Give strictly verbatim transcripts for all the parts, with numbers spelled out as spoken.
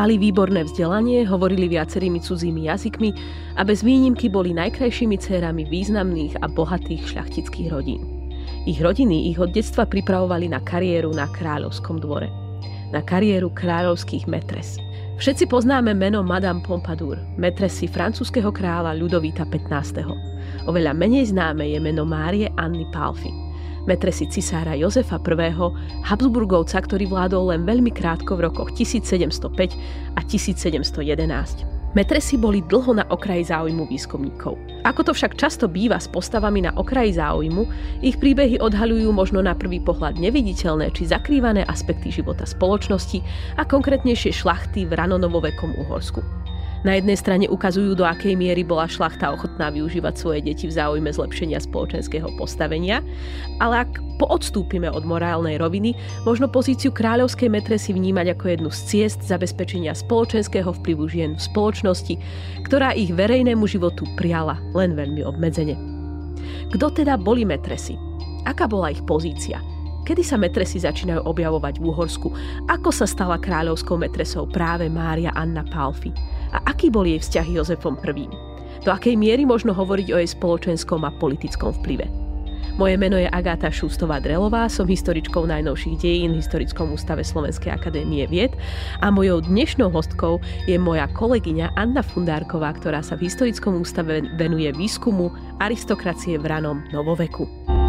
Mali výborné vzdelanie, hovorili viacerými cudzími jazykmi a bez výnimky boli najkrajšími dcérami významných a bohatých šľachtických rodín. Ich rodiny ich od detstva pripravovali na kariéru na kráľovskom dvore. Na kariéru kráľovských metres. Všetci poznáme meno Madame Pompadour, metresy francúzskeho kráľa Ľudovíta pätnásteho. Oveľa menej známe je meno Márie Anny Palfy, metresy cisára Jozefa prvého. Habsburgovca, ktorý vládol len veľmi krátko v rokoch tisícsedemstopäť a tisícsedemstojedenásť. Metresy boli dlho na okraji záujmu výskumníkov. Ako to však často býva s postavami na okraji záujmu, ich príbehy odhaľujú možno na prvý pohľad neviditeľné či zakrývané aspekty života spoločnosti a konkrétnejšie šlachty v ranonovovekom Uhorsku. Na jednej strane ukazujú, do akej miery bola šlachta ochotná využívať svoje deti v záujme zlepšenia spoločenského postavenia, ale ak poodstúpime od morálnej roviny, možno pozíciu kráľovskej metresy vnímať ako jednu z ciest zabezpečenia spoločenského vplyvu žien v spoločnosti, ktorá ich verejnému životu priala len veľmi obmedzene. Kto teda boli metresy? Aká bola ich pozícia? Kedy sa metresy začínajú objavovať v Uhorsku? Ako sa stala kráľovskou metresou práve Mária Anna Palfy? A aký bol jej vzťah s Jozefom prvým? Do akej miery možno hovoriť o jej spoločenskom a politickom vplyve? Moje meno je Agáta Šustová-Drelová, som historičkou najnovších dejín v Historickom ústave Slovenskej akadémie vied a mojou dnešnou hostkou je moja kolegyňa Anna Fundárková, ktorá sa v Historickom ústave venuje výskumu aristokracie v ranom novoveku.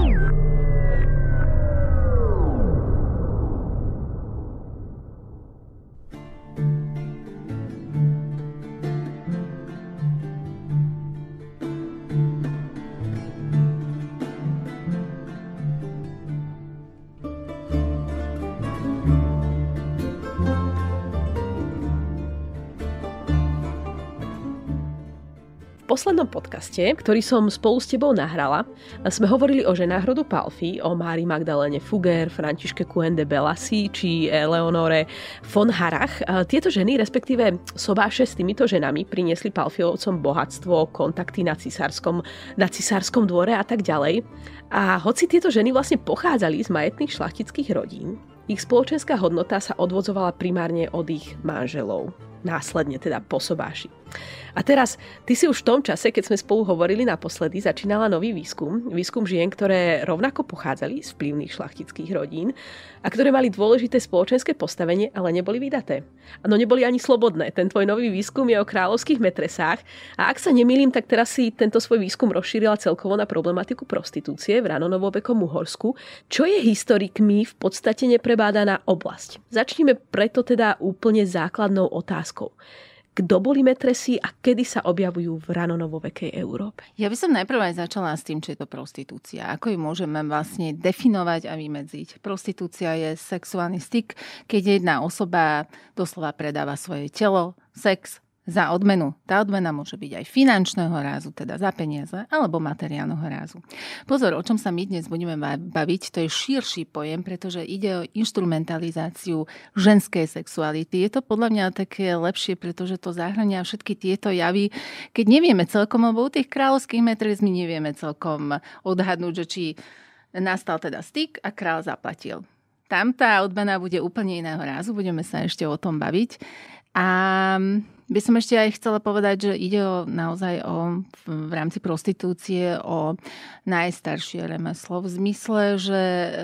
V poslednom podcaste, ktorý som spolu s tebou nahrala, sme hovorili o ženách rodu Palfy, o Márii Magdaléne Fugger, Františke Cuen de Belasy či Eleonore von Harrach. Tieto ženy, respektíve sobáše s týmito ženami, priniesli Palfyovcom bohatstvo, kontakty na cisárskom, na cisárskom dvore a tak ďalej. A hoci tieto ženy vlastne pochádzali z majetných šlachtických rodín, ich spoločenská hodnota sa odvodzovala primárne od ich manželov. Následne teda po sobáši. A teraz, ty si už v tom čase, keď sme spolu hovorili naposledy, začínala nový výskum. Výskum žien, ktoré rovnako pochádzali z vplyvných šlachtických rodín a ktoré mali dôležité spoločenské postavenie, ale neboli vydaté. No neboli ani slobodné. Ten tvoj nový výskum je o kráľovských metresách a ak sa nemýlim, tak teraz si tento svoj výskum rozšírila celkovo na problematiku prostitúcie v ranonovovekom Uhorsku, čo je historikmi v podstate neprebádaná oblasť. Začnime preto teda úplne základnou otázkou. Kto boli metresy a kedy sa objavujú v ranonovovekej Európe? Ja by som najprv aj začala s tým, čo je to prostitúcia. Ako ju môžeme vlastne definovať a vymedziť. Prostitúcia je sexuálny styk, keď jedna osoba doslova predáva svoje telo, sex, za odmenu. Tá odmena môže byť aj finančného rázu, teda za peniaze, alebo materiálneho rázu. Pozor, o čom sa my dnes budeme baviť, to je širší pojem, pretože ide o inštrumentalizáciu ženskej sexuality. Je to podľa mňa také lepšie, pretože to zahrania všetky tieto javy, keď nevieme celkom, lebo u tých kráľovských metres my nevieme celkom odhadnúť, že či nastal teda styk a kráľ zaplatil. Tam tá odmena bude úplne iného rázu, budeme sa ešte o tom baviť. A by som ešte aj chcela povedať, že ide o, naozaj o, v rámci prostitúcie o najstaršie remeslo v zmysle, že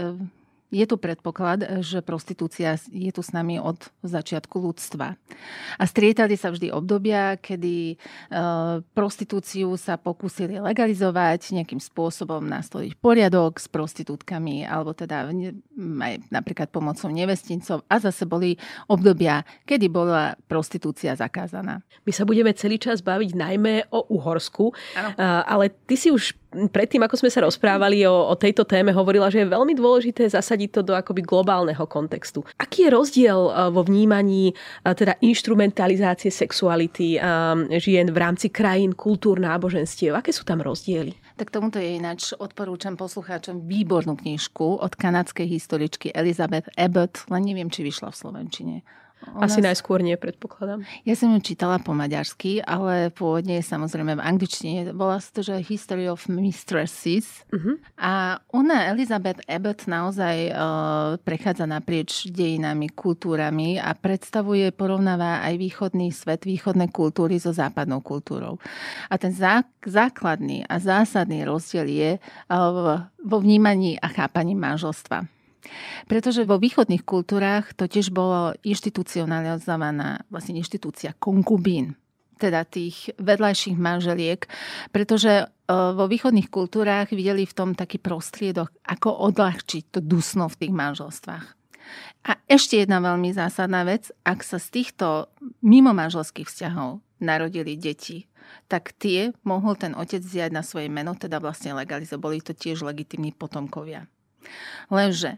je tu predpoklad, že prostitúcia je tu s nami od začiatku ľudstva. A strietali sa vždy obdobia, kedy e, prostitúciu sa pokúsili legalizovať, nejakým spôsobom nastoliť poriadok s prostitútkami, alebo teda aj napríklad pomocou nevestincov. A zase boli obdobia, kedy bola prostitúcia zakázaná. My sa budeme celý čas baviť najmä o Uhorsku, ano. Ale ty si už predtým, ako sme sa rozprávali o, o tejto téme, hovorila, že je veľmi dôležité zasadiť to do akoby globálneho kontextu. Aký je rozdiel vo vnímaní teda inštrumentalizácie sexuality žien v rámci krajín, kultúr, náboženstiev? Aké sú tam rozdiely? Tak tomuto je ináč odporúčam poslucháčom výbornú knižku od kanadskej historičky Elizabeth Abbott, len neviem, či vyšla v slovenčine. Asi nás... najskôr nie, predpokladám. Ja som ju čítala po maďarsky, ale pôvodne samozrejme v angličtine. Volá sa to, že History of Mistresses. Uh-huh. A ona, Elizabeth Abbott, naozaj uh, prechádza naprieč dejinami, kultúrami a predstavuje, porovnáva aj východný svet, východné kultúry so západnou kultúrou. A ten zá, základný a zásadný rozdiel je uh, vo vnímaní a chápaní manželstva. Pretože vo východných kultúrách to tiež bolo inštitucionalizovaná vlastne inštitúcia konkubín, teda tých vedľajších manželiek, pretože vo východných kultúrách videli v tom taký prostriedok, ako odľahčiť to dusno v tých manželstvách. A ešte jedna veľmi zásadná vec, ak sa z týchto mimomanželských vzťahov narodili deti, tak tie mohol ten otec vziať na svoje meno, teda vlastne legalizovali. Boli to tiež legitímni potomkovia. Lenže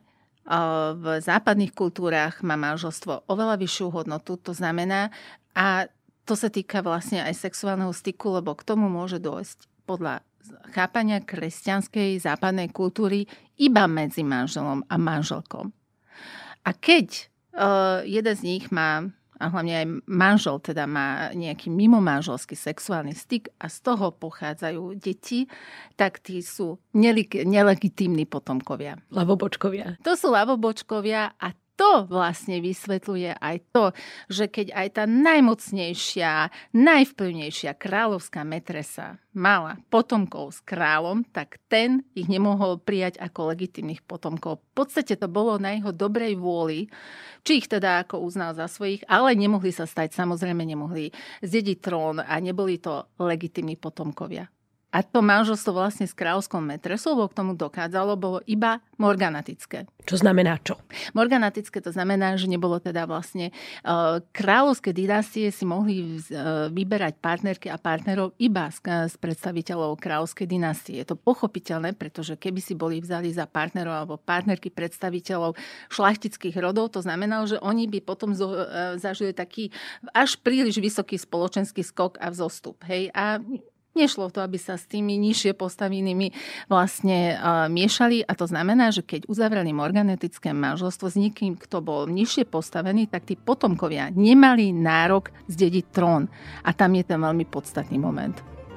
v západných kultúrách má manželstvo oveľa vyššiu hodnotu, to znamená, a to sa týka vlastne aj sexuálneho styku, lebo k tomu môže dôjsť podľa chápania kresťanskej západnej kultúry iba medzi manželom a manželkou. A keď uh, jeden z nich má, a hlavne aj manžel teda má nejaký mimomanželský sexuálny styk a z toho pochádzajú deti, tak tí sú nelik- nelegitímni potomkovia. Lavobočkovia. To sú lavobočkovia a to vlastne vysvetľuje aj to, že keď aj tá najmocnejšia, najvplyvnejšia kráľovská metresa mala potomkov s kráľom, tak ten ich nemohol prijať ako legitímnych potomkov. V podstate to bolo na jeho dobrej vôli, či ich teda ako uznal za svojich, ale nemohli sa stať, samozrejme nemohli zdediť trón a neboli to legitímni potomkovia. A to manželstvo vlastne s kráľovskou metresou, lebo k tomu dokázalo, bolo iba morganatické. Čo znamená čo? Morganatické to znamená, že nebolo teda vlastne uh, kráľovské dynastie si mohli uh, vyberať partnerky a partnerov iba z, z predstaviteľov kráľovskej dynastie. Je to pochopiteľné, pretože keby si boli vzali za partnerov alebo partnerky predstaviteľov šlachtických rodov, to znamenalo, že oni by potom zo, uh, zažili taký až príliš vysoký spoločenský skok a vzostup. Hej? A nešlo to, aby sa s tými nižšie postavenými vlastne uh, miešali a to znamená, že keď uzavreli morganetické manželstvo s niekým, kto bol nižšie postavený, tak tí potomkovia nemali nárok zdediť trón. A tam je ten veľmi podstatný moment.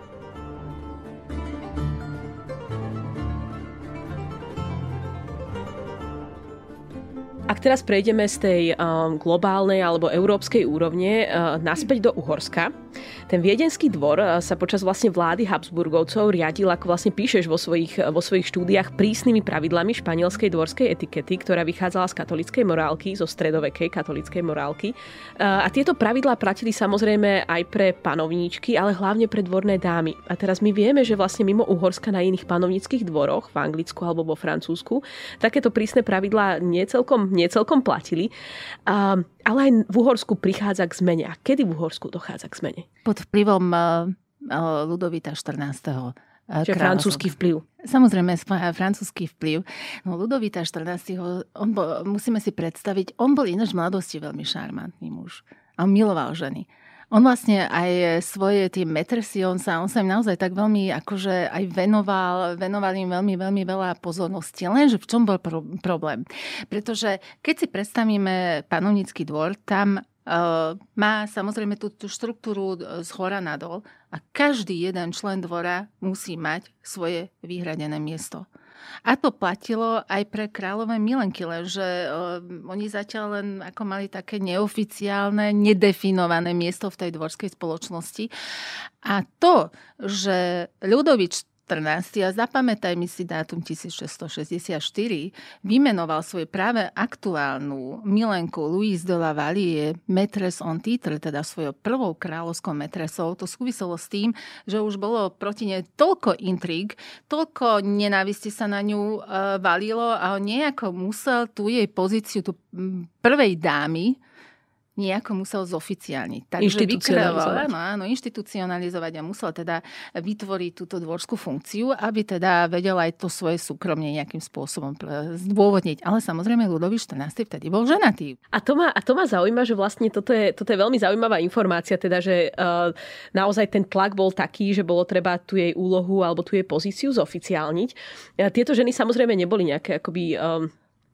Ak teraz prejdeme z tej um, globálnej alebo európskej úrovne uh, naspäť do Uhorska, ten viedenský dvor uh, sa počas vlastne vlády Habsburgovcov riadil, ako vlastne píšeš vo svojich, vo svojich štúdiách, prísnymi pravidlami španielskej dvorskej etikety, ktorá vychádzala z katolíckej morálky, zo stredovekej katolíckej morálky. Uh, a tieto pravidlá platili samozrejme aj pre panovníčky, ale hlavne pre dvorné dámy. A teraz my vieme, že vlastne mimo Uhorska na iných panovníckych dvoroch, v Anglicku alebo vo Francúzsku, takéto prísne pravidlá nie celkom nie celkom platili, uh, ale aj v Uhorsku prichádza k zmene. A kedy v Uhorsku dochádza k zmene? Pod vplyvom uh, Ludovita štrnásteho. Čiže francúzsky vplyv. Samozrejme, francúzsky vplyv. No, Ludovita štrnásteho. On bol, musíme si predstaviť, on bol ináč v mladosti veľmi šarmantný muž. A on miloval ženy. On vlastne aj svoje tie metresy, on sa, on sa im naozaj tak veľmi akože aj venoval, venoval im veľmi, veľmi veľa pozornosti. Lenže v čom bol pro, problém? Pretože keď si predstavíme panovnícky dvor, tam uh, má samozrejme tú, tú štruktúru z hora nadol a každý jeden člen dvora musí mať svoje vyhradené miesto. A to platilo aj pre kráľové milenky, lenže uh, oni zatiaľ len ako mali také neoficiálne, nedefinované miesto v tej dvorskej spoločnosti. A to, že Ľudovít štrnásty, a zapamätajme si dátum tisícšesťstošesťdesiatštyri, vymenoval svoju práve aktuálnu milenku Louise de la Vallière maîtresse en titre, teda svojou prvou kráľovskou metresou. To súviselo s tým, že už bolo proti nej toľko intríg, toľko nenávisti sa na ňu uh, valilo a on nejako musel tú jej pozíciu, tú prvej dámy, nejako musel zoficiálniť. Takže inštitucionalizovať. Áno, áno, inštitucionalizovať a musel teda vytvoriť túto dvorskú funkciu, aby teda vedel aj to svoje súkromie nejakým spôsobom zdôvodniť. Ale samozrejme Ľudovít štrnásty vtedy bol ženatý. A to ma, a to ma zaujíma, že vlastne toto je, toto je veľmi zaujímavá informácia, teda, že uh, naozaj ten tlak bol taký, že bolo treba tú jej úlohu alebo tú jej pozíciu zoficiálniť. Uh, tieto ženy samozrejme neboli nejaké akoby... Um,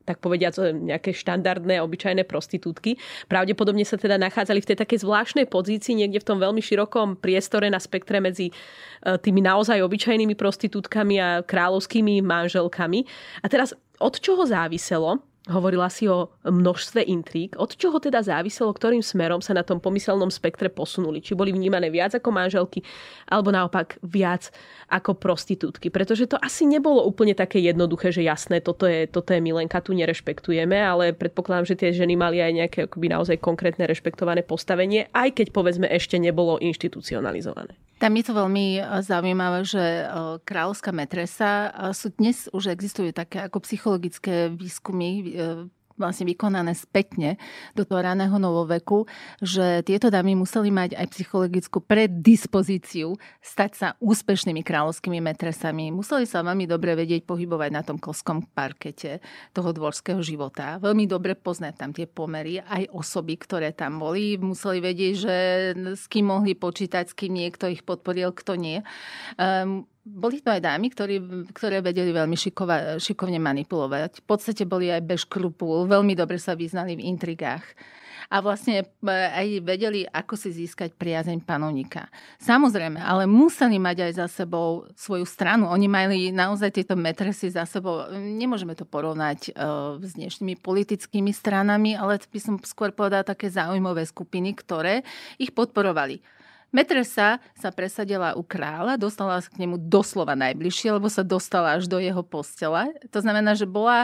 tak povediac, nejaké štandardné, obyčajné prostitútky. Pravdepodobne sa teda nachádzali v tej takej zvláštnej pozícii, niekde v tom veľmi širokom priestore na spektre medzi tými naozaj obyčajnými prostitútkami a kráľovskými manželkami. A teraz od čoho záviselo? Hovorila si o množstve intríg. Od čoho teda záviselo, ktorým smerom sa na tom pomyselnom spektre posunuli? Či boli vnímané viac ako manželky, alebo naopak viac ako prostitútky? Pretože to asi nebolo úplne také jednoduché, že jasné, toto je, toto je milenka, tu nerešpektujeme, ale predpokladám, že tie ženy mali aj nejaké akoby naozaj konkrétne rešpektované postavenie, aj keď povedzme ešte nebolo inštitucionalizované. Tam je to veľmi zaujímavé, že kráľovská metresa sú dnes už existujú také ako psychologické výskumy vlastne vykonané spätne do toho raného novoveku, že tieto dámy museli mať aj psychologickú predispozíciu stať sa úspešnými kráľovskými metresami. Museli sa veľmi dobre vedieť pohybovať na tom klskom parkete toho dvorského života. Veľmi dobre poznať tam tie pomery, aj osoby, ktoré tam boli. Museli vedieť, že s kým mohli počítať, s kým niekto ich podporil, kto nie. Um, Boli to aj dámy, ktorí, ktoré vedeli veľmi šikova, šikovne manipulovať. V podstate boli aj bez škrupul, veľmi dobre sa vyznali v intrigách. A vlastne aj vedeli, ako si získať priazeň panovníka. Samozrejme, ale museli mať aj za sebou svoju stranu. Oni mali naozaj tieto metresy za sebou. Nemôžeme to porovnať uh, s dnešnými politickými stranami, ale by som skôr povedala také záujmové skupiny, ktoré ich podporovali. Metresa sa presadila u kráľa, dostala sa k nemu doslova najbližšie, lebo sa dostala až do jeho postela. To znamená, že bola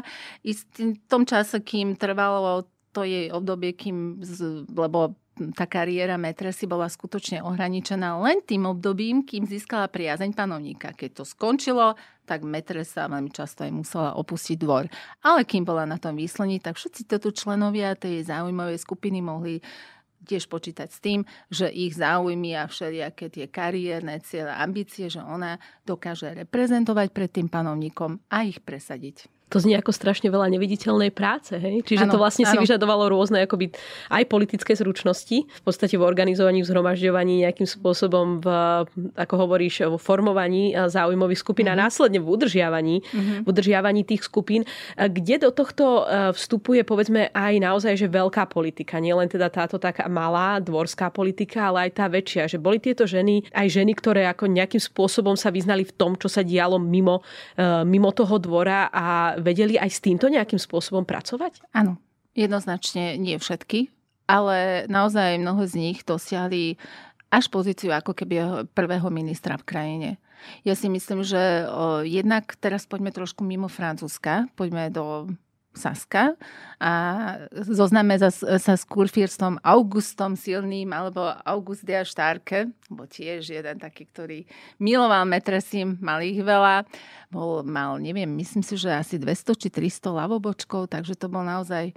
v tom čase, kým trvalo to jej obdobie, kým, lebo tá kariéra metresy bola skutočne ohraničená len tým obdobím, kým získala priazeň panovníka. Keď to skončilo, tak metresa veľmi často aj musela opustiť dvor. Ale kým bola na tom výslení, tak všetci títo členovia tej záujmovej skupiny mohli tiež počítať s tým, že ich záujmy a všelijaké tie kariérne ciele, ambície, že ona dokáže reprezentovať pred tým panovníkom a ich presadiť. To znie ako strašne veľa neviditeľnej práce, hej? Čiže ano, to vlastne si ano. vyžadovalo rôzne akoby aj politické zručnosti, v podstate v organizovaní, v zhromažďovaní, nejakým spôsobom v, ako hovoríš, v formovaní záujmových skupín uh-huh. a následne v udržiavaní, uh-huh. v udržiavaní tých skupín, kde do tohto vstupuje, povedzme, aj naozaj, že veľká politika. Nie len teda táto taká malá dvorská politika, ale aj tá väčšia. Že boli tieto ženy, aj ženy, ktoré ako nejakým spôsobom sa vyznali v tom, čo sa dialo mimo, mimo toho dvora a vedeli aj s týmto nejakým spôsobom pracovať? Áno, jednoznačne nie všetky, ale naozaj mnoho z nich dosiahli až pozíciu ako keby prvého ministra v krajine. Ja si myslím, že o, jednak teraz poďme trošku mimo Francúzska, poďme do Saska a zoznáme sa, sa s kurfírstom Augustom Silným alebo August der Starke, bo tiež jeden taký, ktorý miloval metresy, mal ich veľa. Bol, mal, neviem, myslím si, že asi dvesto či tristo ľavobočkov, takže to bol naozaj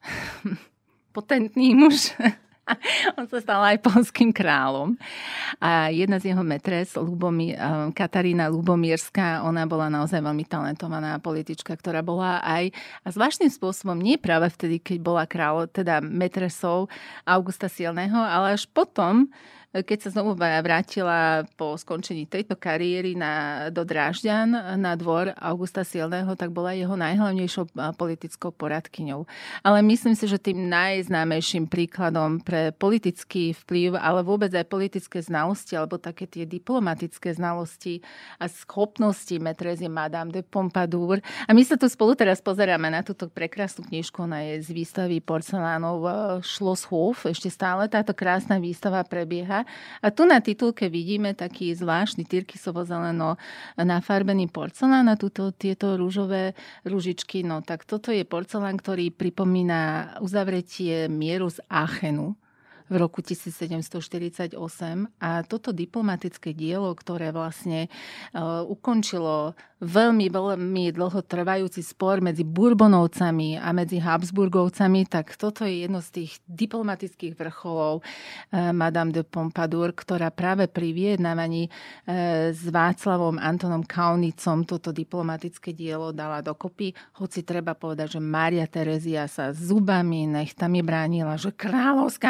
potentný muž. On sa stal aj poľským kráľom. A jedna z jeho metres, Lubomír, Katarína Lubomírska, ona bola naozaj veľmi talentovaná politička, ktorá bola aj a zvláštnym spôsobom nie práve vtedy, keď bola kráľ, teda metresou Augusta Silného, ale až potom, keď sa znovu vrátila po skončení tejto kariéry na, do Drážďan na dvor Augusta Silného, tak bola jeho najhlavnejšou politickou poradkyňou. Ale myslím si, že tým najznámejším príkladom pre politický vplyv, ale vôbec aj politické znalosti, alebo také tie diplomatické znalosti a schopnosti metrezy Madame de Pompadour. A my sa tu spolu teraz pozeráme na túto prekrásnu knižku, ona je z výstavy porcelánov Schlosshof. Ešte stále táto krásna výstava prebieha. A tu na titulke vidíme taký zvláštny tyrkysovo-zeleno nafarbený porcelán a tuto, tieto rúžové ružičky. No tak toto je porcelán, ktorý pripomína uzavretie mieru z Aachenu v roku tisícsedemstoštyridsaťosem a toto diplomatické dielo, ktoré vlastne uh, ukončilo veľmi, veľmi dlho trvajúci spor medzi Bourbonovcami a medzi Habsburgovcami, tak toto je jedno z tých diplomatických vrcholov uh, Madame de Pompadour, ktorá práve pri vyjednávaní uh, s Václavom Antonom Kaunicom toto diplomatické dielo dala dokopy. Hoci treba povedať, že Mária Terezia sa zubami, nechtami bránila, že kráľovská metres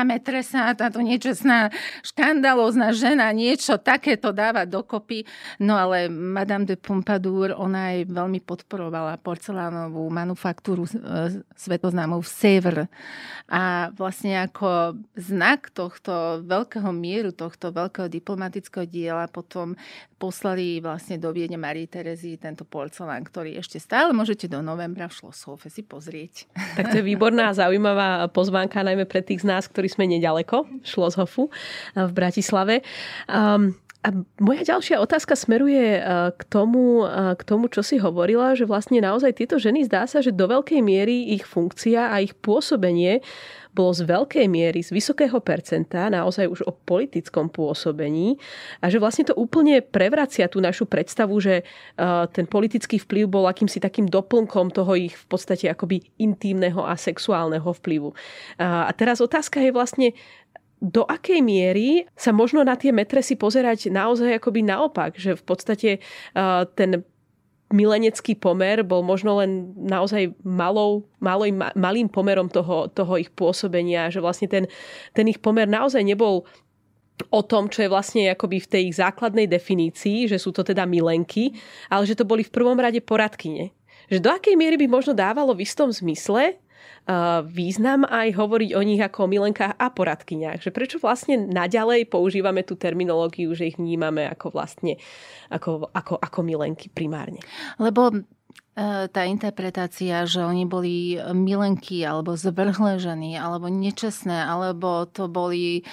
sa táto nečestná škandalózna žena niečo takéto dáva dokopy. No ale Madame de Pompadour, ona aj veľmi podporovala porcelánovú manufaktúru svetoznámou v Sèvres. A vlastne ako znak tohto veľkého mieru, tohto veľkého diplomatického diela potom poslali vlastne do Viedne Marii Terezy tento porcelán, ktorý ešte stále môžete do novembra v Schlosshofe si pozrieť. Tak to je výborná a zaujímavá pozvánka, najmä pre tých z nás, ktorí sme nedaleko Schlosshofu v Bratislave. Um, A moja ďalšia otázka smeruje k tomu, k tomu, čo si hovorila, že vlastne naozaj tieto ženy zdá sa, že do veľkej miery ich funkcia a ich pôsobenie bolo z veľkej miery, z vysokého percenta, naozaj už o politickom pôsobení a že vlastne to úplne prevracia tú našu predstavu, že ten politický vplyv bol akýmsi takým doplnkom toho ich v podstate akoby intímneho a sexuálneho vplyvu. A teraz otázka je vlastne, do akej miery sa možno na tie metresy pozerať naozaj akoby naopak, že v podstate ten milenecký pomer bol možno len naozaj malou, maloj, malým pomerom toho, toho ich pôsobenia, že vlastne ten, ten ich pomer naozaj nebol o tom, čo je vlastne akoby v tej ich základnej definícii, že sú to teda milenky, ale že to boli v prvom rade poradkyne. Že do akej miery by možno dávalo v istom zmysle význam aj hovoriť o nich ako o milenkách a poradkyniach. Že prečo vlastne naďalej používame tú terminológiu, že ich vnímame ako vlastne ako, ako, ako milenky primárne. Lebo tá interpretácia, že oni boli milenky alebo zvrhlé ženy, alebo nečestné, alebo to boli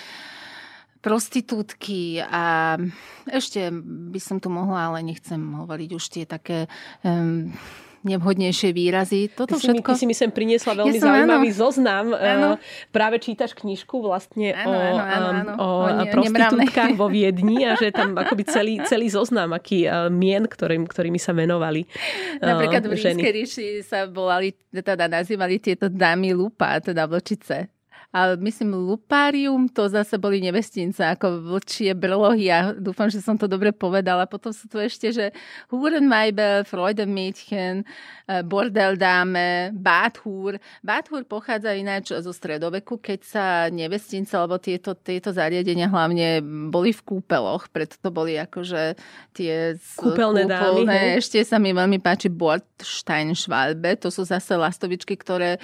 prostitútky a ešte by som tu mohla, ale nechcem hovoriť už tie také Um, nevhodnejšie výrazy. Toto ty, si všetko... mi, ty si mi sem priniesla veľmi ja zaujímavý áno. zoznam. Áno. Práve čítaš knižku vlastne áno, o, áno, áno, áno. o, o ne, prostitútkach vo Viedni a že tam akoby celý, celý zoznam, aký uh, mien, ktorým, ktorými sa venovali uh, Napríklad v ženy. Rímskej ríši sa volali, teda nazývali tieto dámy lupa, teda vlčice. Ale myslím, lupárium, to zase boli nevestince, ako vlčie brlohy. Ja dúfam, že som to dobre povedala. Potom sú tu ešte, že Hurenweibel, Freudenmädchen, Bordeldame, Báthúr. Báthúr pochádza ináč zo stredoveku, keď sa nevestince, alebo tieto, tieto zariadenia hlavne boli v kúpeloch, preto to boli akože tie kúpeľné dámy. Hej. Ešte sa mi veľmi páči Bordsteinschwalbe, to sú zase lastovičky, ktoré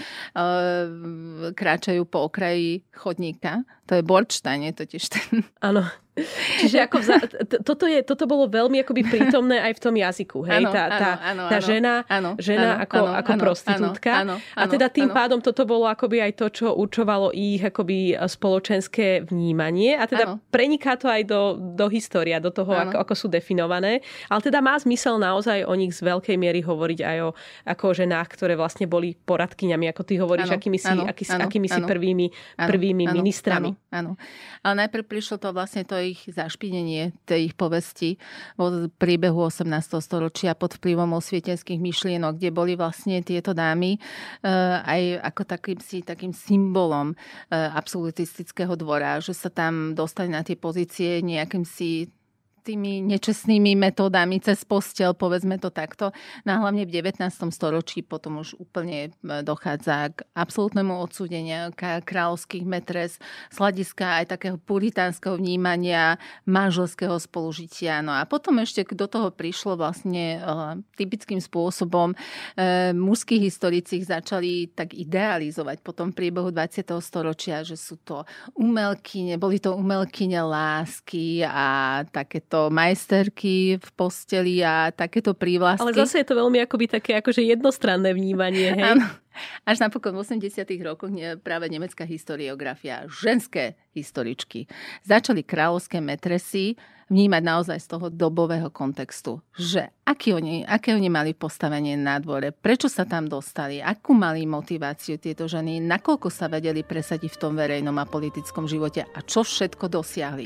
uh, kráčajú po okraji chodníka. To je Bordstein, je totiž ten. Áno. Čiže ako vza- t- toto, je, toto bolo veľmi akoby prítomné aj v tom jazyku. Hej? Áno, tá tá, áno, tá áno, žena, áno, žena áno, ako, áno, ako áno, prostitútka. Áno, áno, a teda tým áno. pádom toto bolo akoby aj to, čo určovalo ich akoby spoločenské vnímanie. A teda áno. preniká to aj do, do história, do toho, ako, ako sú definované. Ale teda má zmysel naozaj o nich z veľkej miery hovoriť aj o, ako o ženách, ktoré vlastne boli poradkyňami, ako ty hovoríš, áno, akými si, áno, aký, áno, akými áno, si prvými, áno, prvými áno, ministrami. Áno, áno. Ale najprv prišlo to vlastne to ich zašpinenie tej ich povesti od príbehu osemnásteho storočia pod vplyvom osvietenských myšlienok, kde boli vlastne tieto dámy aj ako takým, si, takým symbolom absolutistického dvora, že sa tam dostali na tie pozície nejakým si tými nečestnými metódami cez posteľ, povedzme to takto. No hlavne v devätnástom storočí potom už úplne dochádza k absolútnemu odsúdeniu kráľovských metres z hľadiska aj takého puritánskeho vnímania manželského spolužitia. No a potom ešte do toho prišlo vlastne uh, typickým spôsobom uh, mužskí historici začali tak idealizovať potom v priebehu dvadsiateho storočia, že sú to umelkyne, boli to umelkyne lásky a také to majsterky v posteli a takéto prívlastky. Ale zase je to veľmi akoby také akože jednostranné vnímanie, hej? Áno. Až napokon v osemdesiatych rokoch práve nemecká historiografia, ženské historičky, začali kráľovské metresy vnímať naozaj z toho dobového kontextu. Že aký oni, aké oni mali postavenie na dvore, prečo sa tam dostali, akú mali motiváciu tieto ženy, nakoľko sa vedeli presadiť v tom verejnom a politickom živote a čo všetko dosiahli.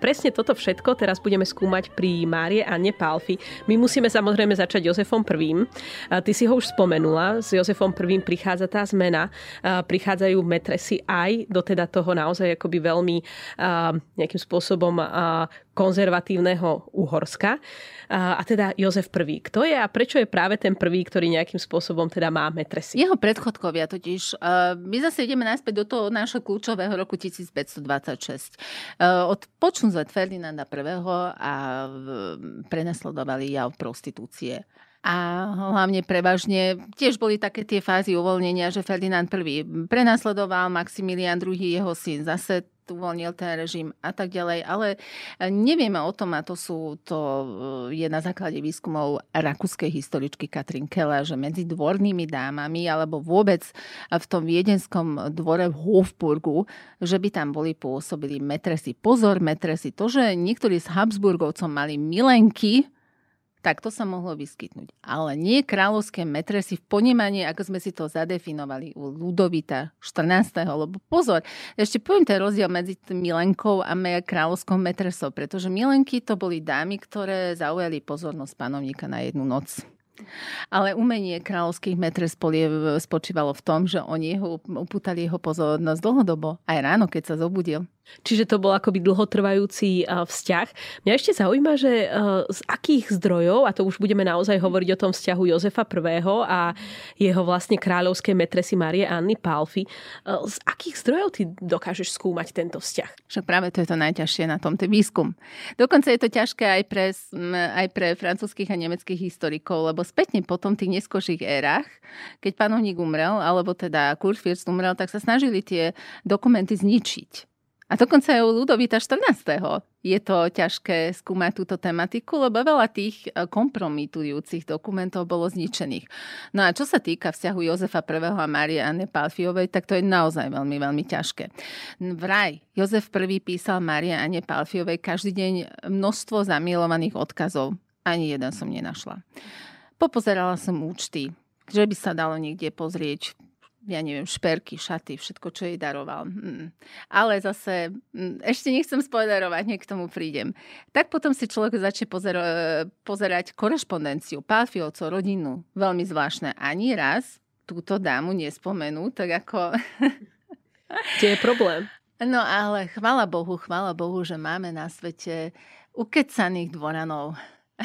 presne toto všetko teraz budeme skúmať pri Márie Anne Pálfy. My musíme samozrejme začať Jozefom prvým. Ty si ho už spomenula. S Jozefom prvým prichádza tá zmena. Prichádzajú metresy aj do teda toho naozaj akoby veľmi nejakým spôsobom konzervatívneho Uhorska. A teda Jozef prvý. Kto je a prečo je práve ten prvý, ktorý nejakým spôsobom teda má metresy? Jeho predchodkovia totiž. My zase ideme naspäť do toho nášho kľúčového roku tisícpäťstodvadsaťšesť. Od počnúť Ferdinanda prvého. a prenasledovali jav prostitúcie. A hlavne prevažne tiež boli také tie fázy uvoľnenia, že Ferdinand prvý. prenasledoval, Maximilián druhý. jeho syn zase uvoľnil ten režim a tak ďalej. Ale nevieme o tom, a to, sú, to je na základe výskumov rakúskej historičky Katrin Keller, že medzi dvornými dámami alebo vôbec v tom viedenskom dvore v Hofburgu, že by tam boli pôsobili metresy. Pozor, metresy. To, že niektorí z Habsburgovcov mali milenky, tak to sa mohlo vyskytnúť. Ale nie kráľovské metresy v ponímaní, ako sme si to zadefinovali u Ludovita štrnásteho. Lebo pozor, ešte poviem ten rozdiel medzi milenkou a kráľovskou metresou, pretože milenky to boli dámy, ktoré zaujali pozornosť panovníka na jednu noc. Ale umenie kráľovských metres spočívalo v tom, že oni ho upútali jeho pozornosť dlhodobo, aj ráno, keď sa zobudil. Čiže to bol akoby dlhotrvajúci vzťah. Mňa ešte zaujíma, že z akých zdrojov, a to už budeme naozaj hovoriť o tom vzťahu Jozefa prvého. a jeho vlastne kráľovskej metresy Márie Anny Pálfy, z akých zdrojov ty dokážeš skúmať tento vzťah? Však práve to je to najťažšie na tomto výskum. Dokonca je to ťažké aj pre, aj pre francúzskych a nemeckých historikov, lebo spätne potom v tých neskorších érach, keď panovník umrel, alebo teda Kurfürst umrel, tak sa snažili tie dokumenty zničiť. A dokonca aj u Ludovita štrnásteho. je to ťažké skúmať túto tematiku, lebo veľa tých kompromitujúcich dokumentov bolo zničených. No a čo sa týka vzťahu Jozefa prvého. a Márie Anny Pálfiovej, tak to je naozaj veľmi, veľmi ťažké. Vraj, Jozef prvý. písal Márie Anne Pálfiovej každý deň množstvo zamilovaných odkazov. Ani jeden som nenašla. Popozerala som účty, že by sa dalo niekde pozrieť, ja neviem, šperky, šaty, všetko, čo jej daroval. Mm. Ale zase, mm, ešte nechcem spoilerovať, nech k tomu prídem. Tak potom si človek začne pozer- pozerať korešpondenciu Pálfiovcov, rodinu. Veľmi zvláštne. Ani raz túto dámu nespomenú, tak ako... Kde je problém? No ale chvála Bohu, chvála Bohu, že máme na svete ukecaných dvoranov,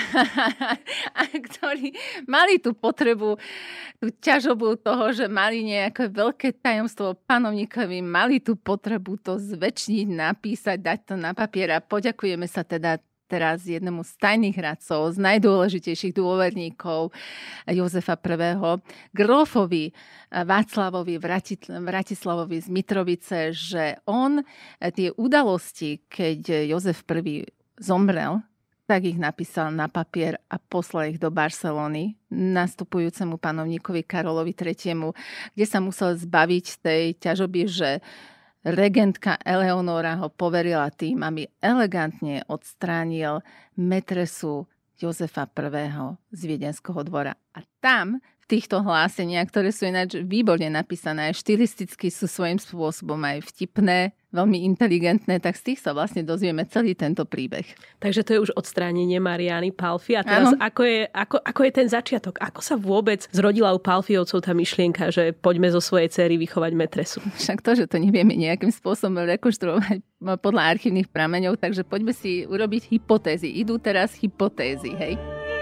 a ktorí mali tú potrebu, tú ťažobu toho, že mali nejaké veľké tajomstvo panovníkovi, mali tú potrebu to zväčšniť, napísať, dať to na papier a poďakujeme sa teda teraz jednému z tajných radcov, z najdôležitejších dôverníkov Jozefa prvého. Grófovi Václavovi Vratislavovi z Mitrovice, že on tie udalosti, keď Jozef prvý. zomrel, tak ich napísal na papier a poslal ich do Barcelony nastupujúcemu panovníkovi Karolovi tretiemu. kde sa musel zbaviť tej ťažoby, že regentka Eleonóra ho poverila tým, aby elegantne odstránil metresu Jozefa prvého. z Viedenského dvora. A tam v týchto hláseniach, ktoré sú ináč výborne napísané, aj štilisticky sú svojím spôsobom aj vtipné, veľmi inteligentné, tak z tých sa vlastne dozvieme celý tento príbeh. Takže to je už odstránenie Márie Anny Pálfy. A teraz ako je, ako, ako je ten začiatok? Ako sa vôbec zrodila u Pálfiovcov tá myšlienka, že poďme zo svojej dcery vychovať metresu? Však to, že to nevieme nejakým spôsobom rekonštruovať podľa archívnych prameňov, takže poďme si urobiť hypotézy. Idú teraz hypotézy, hej?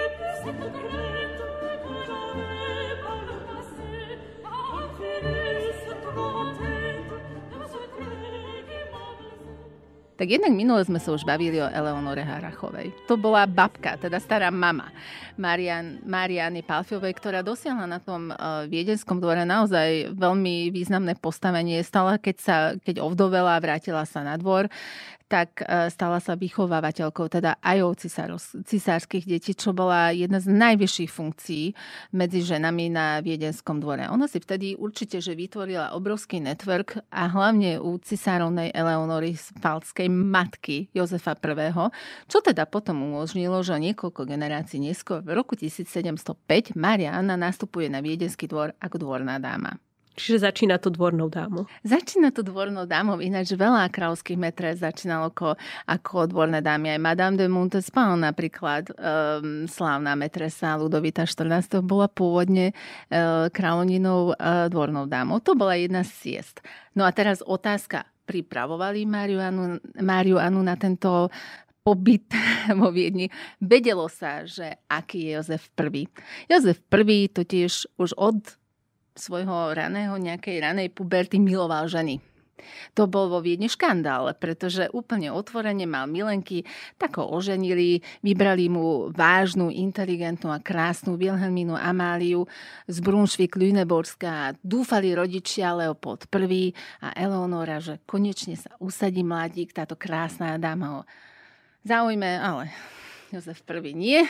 Tak jednak minule sme sa už bavili o Eleonore Harrachovej. To bola babka, teda stará mama Márie Anny Pálfiovej, ktorá dosiahla na tom viedenskom dvore naozaj veľmi významné postavenie. Stala, keď, sa, keď ovdovela a vrátila sa na dvor, tak stala sa vychovávateľkou, teda ajov cisárskych detí, čo bola jedna z najvyšších funkcií medzi ženami na viedenskom dvore. Ona si vtedy určite, že vytvorila obrovský network a hlavne u cisárovnej Eleonory Pfalckej matky Jozefa prvého. Čo teda potom umožnilo, že niekoľko generácií neskôr v roku tisícsedemstopäť Mária Anna nastupuje na viedenský dvor ako dvorná dáma. Čiže začína to dvornou dámou. Začína to dvornou dámou, ináč veľa kráľovských metres začínalo ako, ako dvorné dámy. Aj Madame de Montespan napríklad, um, slávna metresa Ludovita štrnásteho bola pôvodne uh, kráľovninou uh, dvornou dámou. To bola jedna z ciest. No a teraz otázka. Pripravovali Máriu Annu, Máriu Annu na tento pobyt vo Viedni. Vedelo sa, že aký je Jozef I. Jozef I totiž už od svojho raného, nejakej ranej puberty miloval ženy. To bol vo Viedni škandál, pretože úplne otvorene mal milenky, tak ho oženili, vybrali mu vážnu, inteligentnú a krásnu Wilhelmínu Amáliu z Brunswick-Lüneborska. Dúfali rodičia Leopold I a Eleonora, že konečne sa usadí mladík, táto krásna dáma ho zaujme, ale Jozef I nie.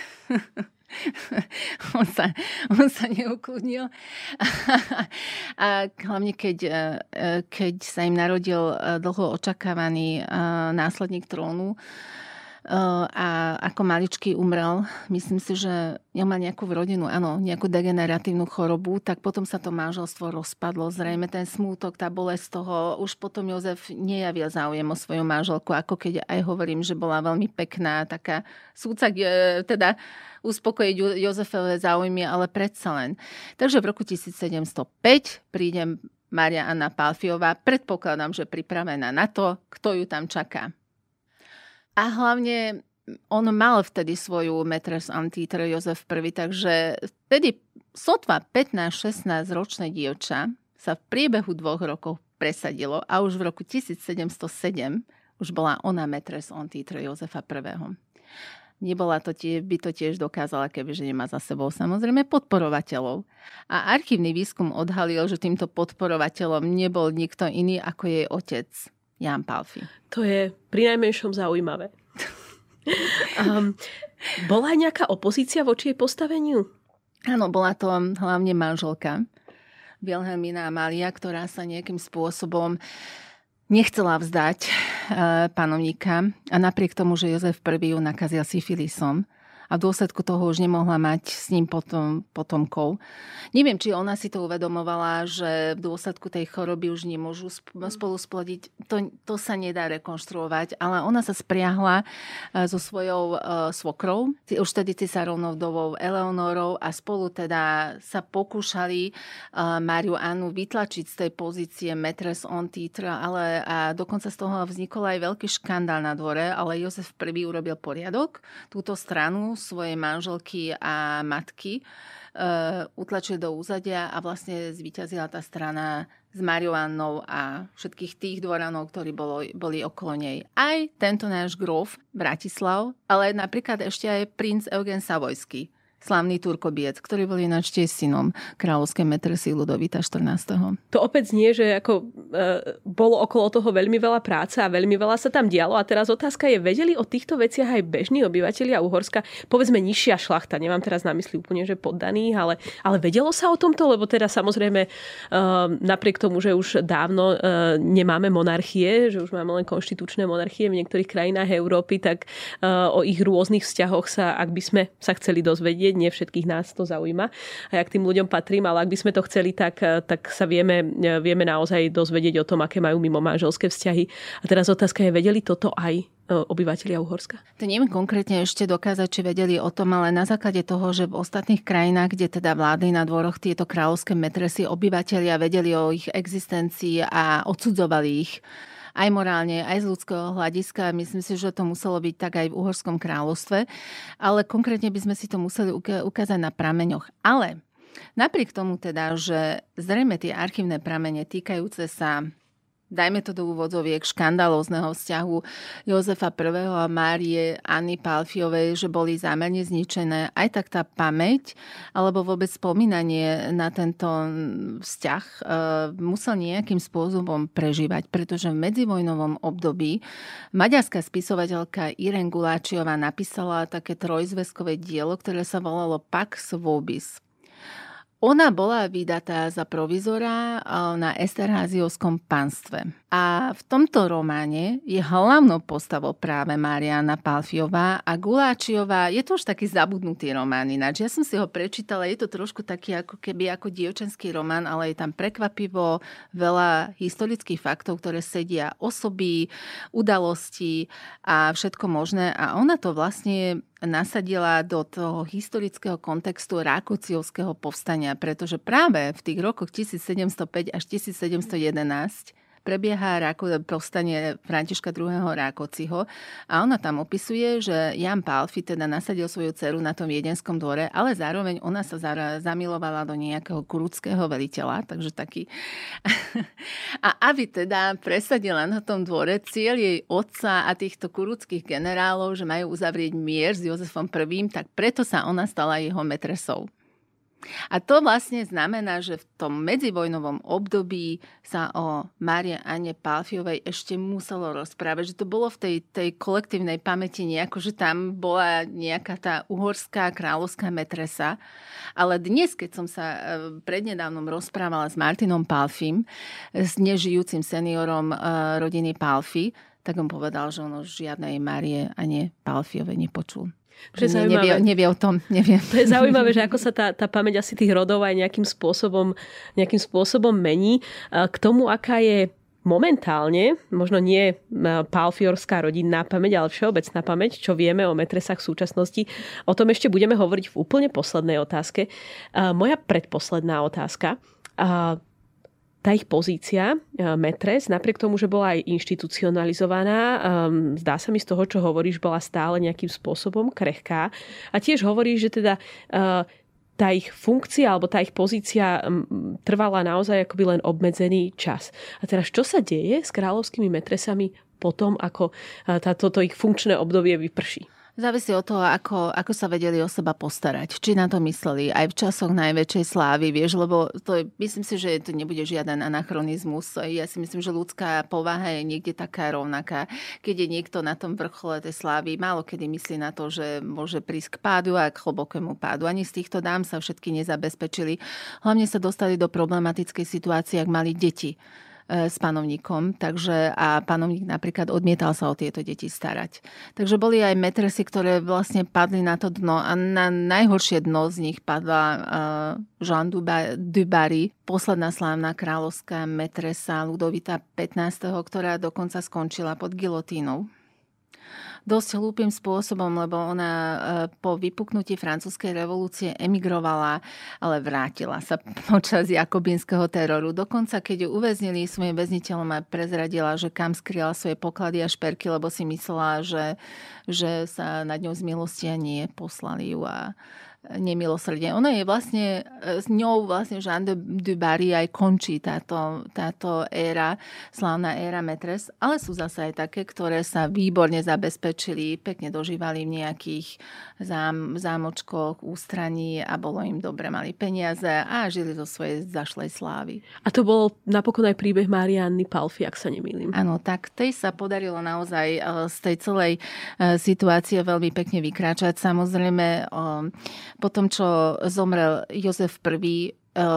on, sa, on sa neukludnil. A hlavne, keď, keď sa im narodil dlho očakávaný následník trónu a ako maličký umrel, myslím si, že ja mal nejakú rodinu, áno, nejakú degeneratívnu chorobu, tak potom sa to manželstvo rozpadlo. Zrejme ten smútok, tá bolesť toho, už potom Jozef nejavil záujem o svoju manželku, ako keď aj hovorím, že bola veľmi pekná, taká súcak, teda uspokojiť Jozefové záujmy, ale predsa len. Takže v roku tisícsedemstopäť príde Mária Anna Pálfiová, predpokladám, že pripravená na to, kto ju tam čaká. A hlavne on mal vtedy svoju maîtresse en titre Jozef I, takže vtedy sotva pätnásť šestnásť ročné dievča sa v priebehu dvoch rokov presadilo a už v roku tisícsedemstosedem už bola ona maîtresse en titre Jozefa I. Nebola to tie, by to tiež dokázala, kebyže nemá za sebou samozrejme podporovateľov. A archívny výskum odhalil, že týmto podporovateľom nebol nikto iný ako jej otec, Ján Pálffy. To je prinajmenšom zaujímavé. um, bola aj nejaká opozícia voči jej postaveniu? Áno, bola to hlavne manželka Wilhelmína Amália, ktorá sa nejakým spôsobom nechcela vzdať panovníka a napriek tomu, že Jozef I ju nakazil syfilisom a v dôsledku toho už nemohla mať s ním potom, potomkov. Neviem, či ona si to uvedomovala, že v dôsledku tej choroby už nemôžu spolu splodiť. To, to sa nedá rekonštruovať, ale ona sa spriahla so svojou uh, svokrou, už tedy cisárovnou vdovou Eleonorou a spolu teda sa pokúšali uh, Máriu Annu vytlačiť z tej pozície maîtresse en titre, ale a dokonca z toho vznikol aj veľký škandál na dvore, ale Jozef I urobil poriadok. Túto stranu svojej manželky a matky uh, utlačil do úzadia a vlastne zvíťazila tá strana s Máriou Annou a všetkých tých dvoranov, ktorí bolo, boli okolo nej. Aj tento náš gróf Bratislav, ale napríklad ešte aj princ Eugen Savojský, slávny Turkobiec, ktorý bol ináč tiež synom kráľovskej maîtresy Ludovita štrnásteho. To opäť znie, že ako, e, bolo okolo toho veľmi veľa práce a veľmi veľa sa tam dialo. A teraz otázka je, vedeli o týchto veciach aj bežní obyvatelia Uhorska? Povedzme nižšia šlachta, nemám teraz na mysli úplne, že poddaných, ale, ale vedelo sa o tomto? Lebo teda samozrejme e, napriek tomu, že už dávno e, nemáme monarchie, že už máme len konštitučné monarchie v niektorých krajinách Európy, tak e, o ich rôznych vzťahoch sa, ak by sme sa chceli dozvedieť, nie všetkých nás to zaujíma a ja k tým ľuďom patrím, ale ak by sme to chceli, tak, tak sa vieme, vieme naozaj dozvedieť o tom, aké majú mimo manželské vzťahy. A teraz otázka je, vedeli toto aj obyvatelia Uhorska? To neviem konkrétne ešte dokázať, či vedeli o tom, ale na základe toho, že v ostatných krajinách, kde teda vládli na dvoroch tieto kráľovské maîtresy, obyvatelia vedeli o ich existencii a odsudzovali ich aj morálne, aj z ľudského hľadiska. Myslím si, že to muselo byť tak aj v Uhorskom kráľovstve, ale konkrétne by sme si to museli ukázať na prameňoch. Ale napriek tomu teda, že zrejme tie archívne pramene týkajúce sa, dajme to do úvodzoviek, škandalózneho vzťahu Jozefa I. a Márie Anny Pálfiovej, že boli zámerne zničené, aj tak tá pamäť, alebo vôbec spomínanie na tento vzťah e, musel nejakým spôsobom prežívať, pretože v medzivojnovom období maďarská spisovateľka Irén Guláčiová napísala také trojzväzkové dielo, ktoré sa volalo Pax Vobis. Ona bola vydatá za provizora na Esterházyovskom panstve. A v tomto románe je hlavnou postavou práve Marianna Pálfiová a Guláčiová. Je to už taký zabudnutý román ináč. Ja som si ho prečítala, je to trošku taký ako keby ako dievčenský román, ale je tam prekvapivo veľa historických faktov, ktoré sedia, osoby, udalosti a všetko možné. A ona to vlastne nasadila do toho historického kontextu Rákociovského povstania, pretože práve v tých rokoch tisícsedemstopäť až tisícsedemstojedenásť prebieha povstanie Františka druhého. Rákociho a ona tam opisuje, že Jan Pálfi teda nasadil svoju dceru na tom viedenskom dvore, ale zároveň ona sa zamilovala do nejakého kurúckého veliteľa, takže taký. A aby teda presadila na tom dvore cieľ jej otca a týchto kurúckých generálov, že majú uzavrieť mier s Jozefom prvým., tak preto sa ona stala jeho metresou. A to vlastne znamená, že v tom medzivojnovom období sa o Márii Anne Pálfiovej ešte muselo rozprávať, že to bolo v tej, tej kolektívnej pamäti nejako, že tam bola nejaká tá uhorská kráľovská metresa. Ale dnes, keď som sa prednedávnom rozprávala s Martinom Pálfim, s nežijúcim seniorom rodiny Pálfi, tak on povedal, že on už žiadnej Márie Anne Pálfiovej nepočul. To je ne, nevie, nevie o tom, neviem. To je zaujímavé, že ako sa tá, tá pamäť asi tých rodov aj nejakým spôsobom, nejakým spôsobom mení. K tomu, aká je momentálne, možno nie pálfiorská rodinná pamäť, ale všeobecná pamäť, čo vieme o metresách v súčasnosti, o tom ešte budeme hovoriť v úplne poslednej otázke. Moja predposledná otázka. Tá ich pozícia, metres, napriek tomu, že bola aj inštitucionalizovaná, zdá sa mi z toho, čo hovoríš, bola stále nejakým spôsobom krehká. A tiež hovoríš, že teda tá ich funkcia alebo tá ich pozícia trvala naozaj akoby len obmedzený čas. A teraz čo sa deje s kráľovskými metresami potom, ako toto ich funkčné obdobie vyprší? Závisí od toho, ako, ako sa vedeli o seba postarať. Či na to mysleli aj v časoch najväčšej slávy, vieš, lebo to je, myslím si, že to nebude žiaden anachronizmus. Ja si myslím, že ľudská povaha je niekde taká rovnaká. Keď je niekto na tom vrchole tej slávy, málo kedy myslí na to, že môže prísť k pádu a k hlbokému pádu. Ani z týchto dám sa všetky nezabezpečili. Hlavne sa dostali do problematickej situácie, ak mali deti s panovníkom, takže a panovník napríklad odmietal sa o tieto deti starať. Takže boli aj metresy, ktoré vlastne padli na to dno a na najhoršie dno z nich padla uh, Jeanne du Barry, posledná slávna kráľovská metresa Ludovita pätnásteho., ktorá dokonca skončila pod gilotínou. Dosť hlúpym spôsobom, lebo ona po vypuknutí francúzskej revolúcie emigrovala, ale vrátila sa počas jakobínskeho teroru. Dokonca, keď ju uväznili, svojim väzniteľom aj prezradila, že kam skryla svoje poklady a šperky, lebo si myslela, že, že sa nad ňou zmilostia nie, poslali ju a nemilosrdne. Ona je vlastne, s ňou vlastne Jeanne du Barry aj končí táto, táto éra, slávna éra metres, ale sú zase aj také, ktoré sa výborne zabezpečili, pekne dožívali v nejakých zám, zámočkoch, ústraní a bolo im dobre, mali peniaze a žili zo svojej zašlej slávy. A to bol napokon aj príbeh Marianny Pálfi, ak sa nemýlim. Áno, tak tej sa podarilo naozaj z tej celej situácie veľmi pekne vykráčať. Samozrejme, po tom, čo zomrel Jozef prvý.,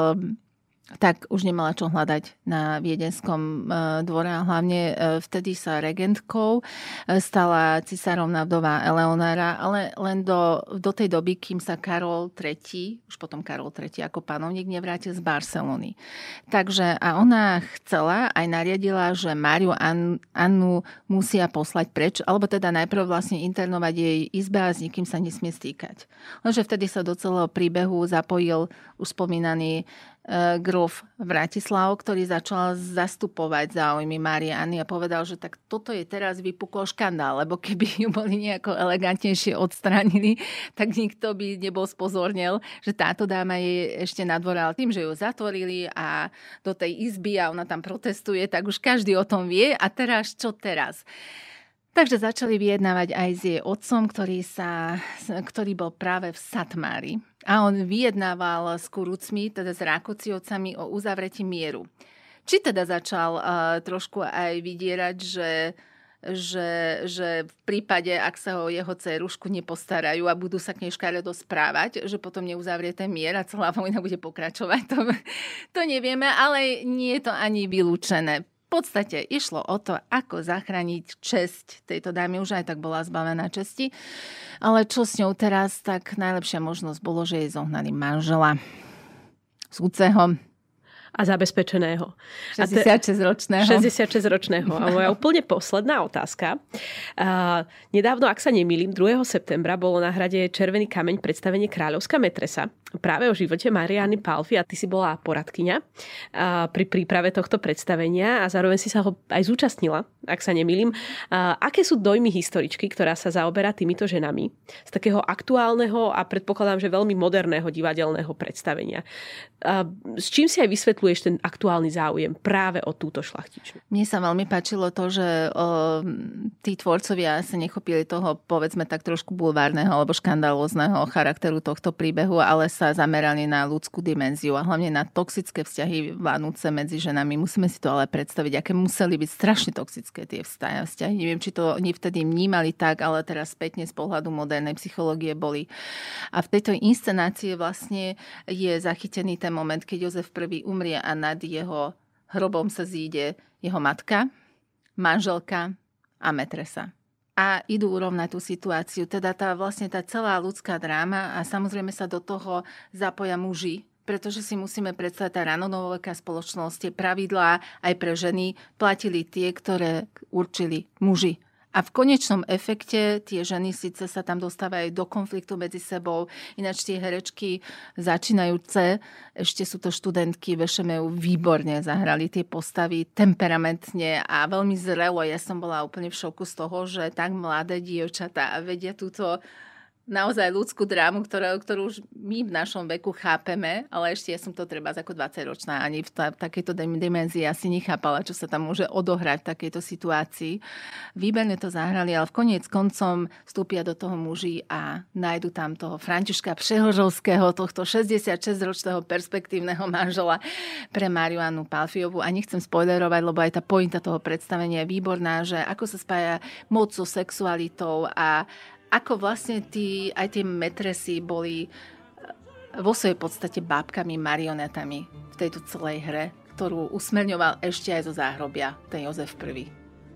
tak už nemala čo hľadať na viedenskom dvore a hlavne vtedy sa regentkou stala cisárovna vdova Eleonora, ale len do, do tej doby, kým sa Karol tretí., už potom Karol tretí. ako panovník nevrátil z Barcelony. Takže a ona chcela, aj nariadila, že Máriu Annu musia poslať preč, alebo teda najprv vlastne internovať jej izbe a s nikým sa nesmie stýkať. Lenže vtedy sa do celého príbehu zapojil už spomínaný grof Vratislav, ktorý začal zastupovať záujmy Márie Anny a povedal, že tak toto je teraz vypukol škandál, lebo keby ju boli nejako elegantnejšie odstránili, tak nikto by nebol spozornil, že táto dáma je ešte na dvore, ale tým, že ju zatvorili a do tej izby a ona tam protestuje, tak už každý o tom vie a teraz čo teraz? Takže začali vyjednávať aj s jej otcom, ktorý, sa, ktorý bol práve v Satmári. A on vyjednával s Kurucmi, teda s Rákociovcami, o uzavretí mieru. Či teda začal uh, trošku aj vydierať, že že, že v prípade, ak sa o jeho dcerušku nepostarajú a budú sa k nej škaredo správať, že potom neuzavrie ten mier a celá vojna bude pokračovať. To, to nevieme, ale nie je to ani vylúčené. V podstate išlo o to, ako zachrániť česť tejto dámy. Už aj tak bola zbavená česti. Ale čo s ňou teraz, tak najlepšia možnosť bolo, že jej zohnali manžela. Súceho. A zabezpečeného. šesťdesiatšesťročného. šesťdesiatšesťročného. A moja úplne posledná otázka. Uh, nedávno, ak sa nemýlim, druhého septembra bolo na hrade Červený kameň predstavenie Kráľovská metresa práve o živote Mariány Palfy a ty si bola poradkyňa uh, pri príprave tohto predstavenia a zároveň si sa ho aj zúčastnila, ak sa nemýlim. Uh, aké sú dojmy historičky, ktorá sa zaoberá týmito ženami z takého aktuálneho a predpokladám, že veľmi moderného divadelného predstavenia? Uh, s čím si aj vysvetľuješ ten aktuálny záujem práve o túto šlachtičku? Mne sa veľmi páčilo to, že o, tí tvorcovia sa nechopili toho, povedzme tak trošku bulvárneho alebo škandalózneho charakteru tohto príbehu, ale sa zamerali na ľudskú dimenziu a hlavne na toxické vzťahy vládnuce medzi ženami. Musíme si to ale predstaviť, aké museli byť strašne toxické tie vzťahy. Neviem, či to oni vtedy vnímali tak, ale teraz spätne z pohľadu modernej psychológie boli. A v tejto inscenácii vlastne je zachytený ten moment, keď Jozef I umrie a nad jeho hrobom sa zíde jeho matka, manželka a metresa. A idú urovnať tú situáciu. Teda tá vlastne tá celá ľudská dráma a samozrejme sa do toho zapoja muži, pretože si musíme predstaviť, tá ranonovoveká spoločnosť, tie pravidlá aj pre ženy platili tie, ktoré určili muži. A v konečnom efekte tie ženy síce sa tam dostávajú do konfliktu medzi sebou, ináč tie herečky začínajúce, ešte sú to študentky, Vešemejú výborne zahrali tie postavy temperamentne a veľmi zrelo. Ja som bola úplne v šoku z toho, že tak mladé dievčatá vedia túto naozaj ľudskú drámu, ktorú, ktorú už my v našom veku chápeme, ale ešte ja som to treba ako dvadsaťročná ani v, ta, v takejto dimenzii asi nechápala, čo sa tam môže odohrať v takejto situácii. Výborne to zahrali, ale v koniec koncom vstúpia do toho muži a nájdu tam toho Františka Přehožovského, tohto šesťdesiatšesťročného perspektívneho manžela pre Mariánu Palfiovú. A nechcem spoilerovať, lebo aj tá pointa toho predstavenia je výborná, že ako sa spája moc so sexualitou a ako vlastne tí, aj tie metresy boli vo svojej podstate bábkami, marionetami v tejto celej hre, ktorú usmerňoval ešte aj zo záhrobia ten Jozef I.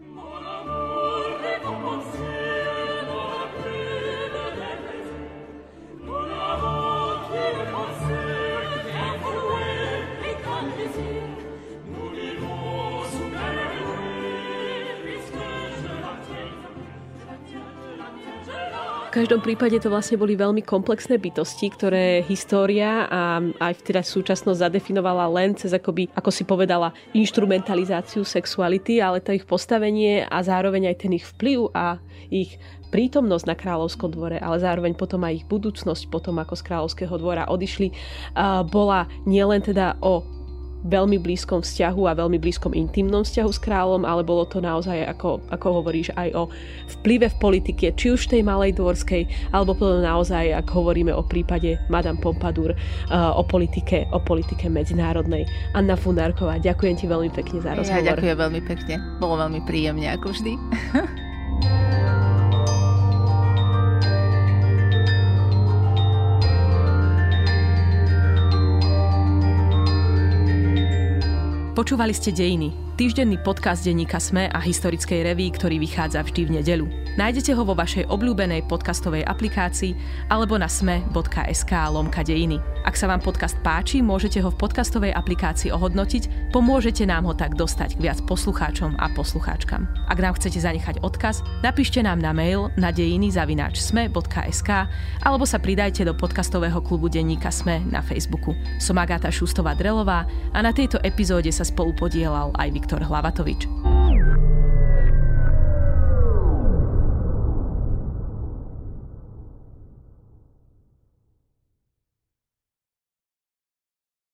V každom prípade to vlastne boli veľmi komplexné bytosti, ktoré história a aj teda súčasnosť zadefinovala len cez akoby, ako si povedala, inštrumentalizáciu sexuality, ale to ich postavenie a zároveň aj ten ich vplyv a ich prítomnosť na kráľovskom dvore, ale zároveň potom aj ich budúcnosť potom, ako z kráľovského dvora odišli, bola nielen teda o veľmi blízkom vzťahu a veľmi blízkom intimnom vzťahu s kráľom, ale bolo to naozaj, ako, ako hovoríš, aj o vplyve v politike, či už tej malej dvorskej, alebo potom naozaj, ako hovoríme o prípade Madame Pompadour, o politike, o politike medzinárodnej. Anna Fundárková, ďakujem ti veľmi pekne za rozhovor. Ja ďakujem veľmi pekne. Bolo veľmi príjemne, ako vždy. Počúvali ste Dejiny, týždenný podcast denníka SME a historickej reví, ktorý vychádza vždy v nedeľu. Nájdete ho vo vašej obľúbenej podcastovej aplikácii alebo na sme bodka es ká lomka dejiny. Ak sa vám podcast páči, môžete ho v podcastovej aplikácii ohodnotiť, pomôžete nám ho tak dostať k viac poslucháčom a poslucháčkam. Ak nám chcete zanechať odkaz, napíšte nám na mail na dejiny zavináč sme bodka es ká alebo sa pridajte do podcastového klubu denníka SME na Facebooku. Som Agáta Šustová-Drelová a na tejto epizóde sa spolupodielal aj Viktor Hlavatovič.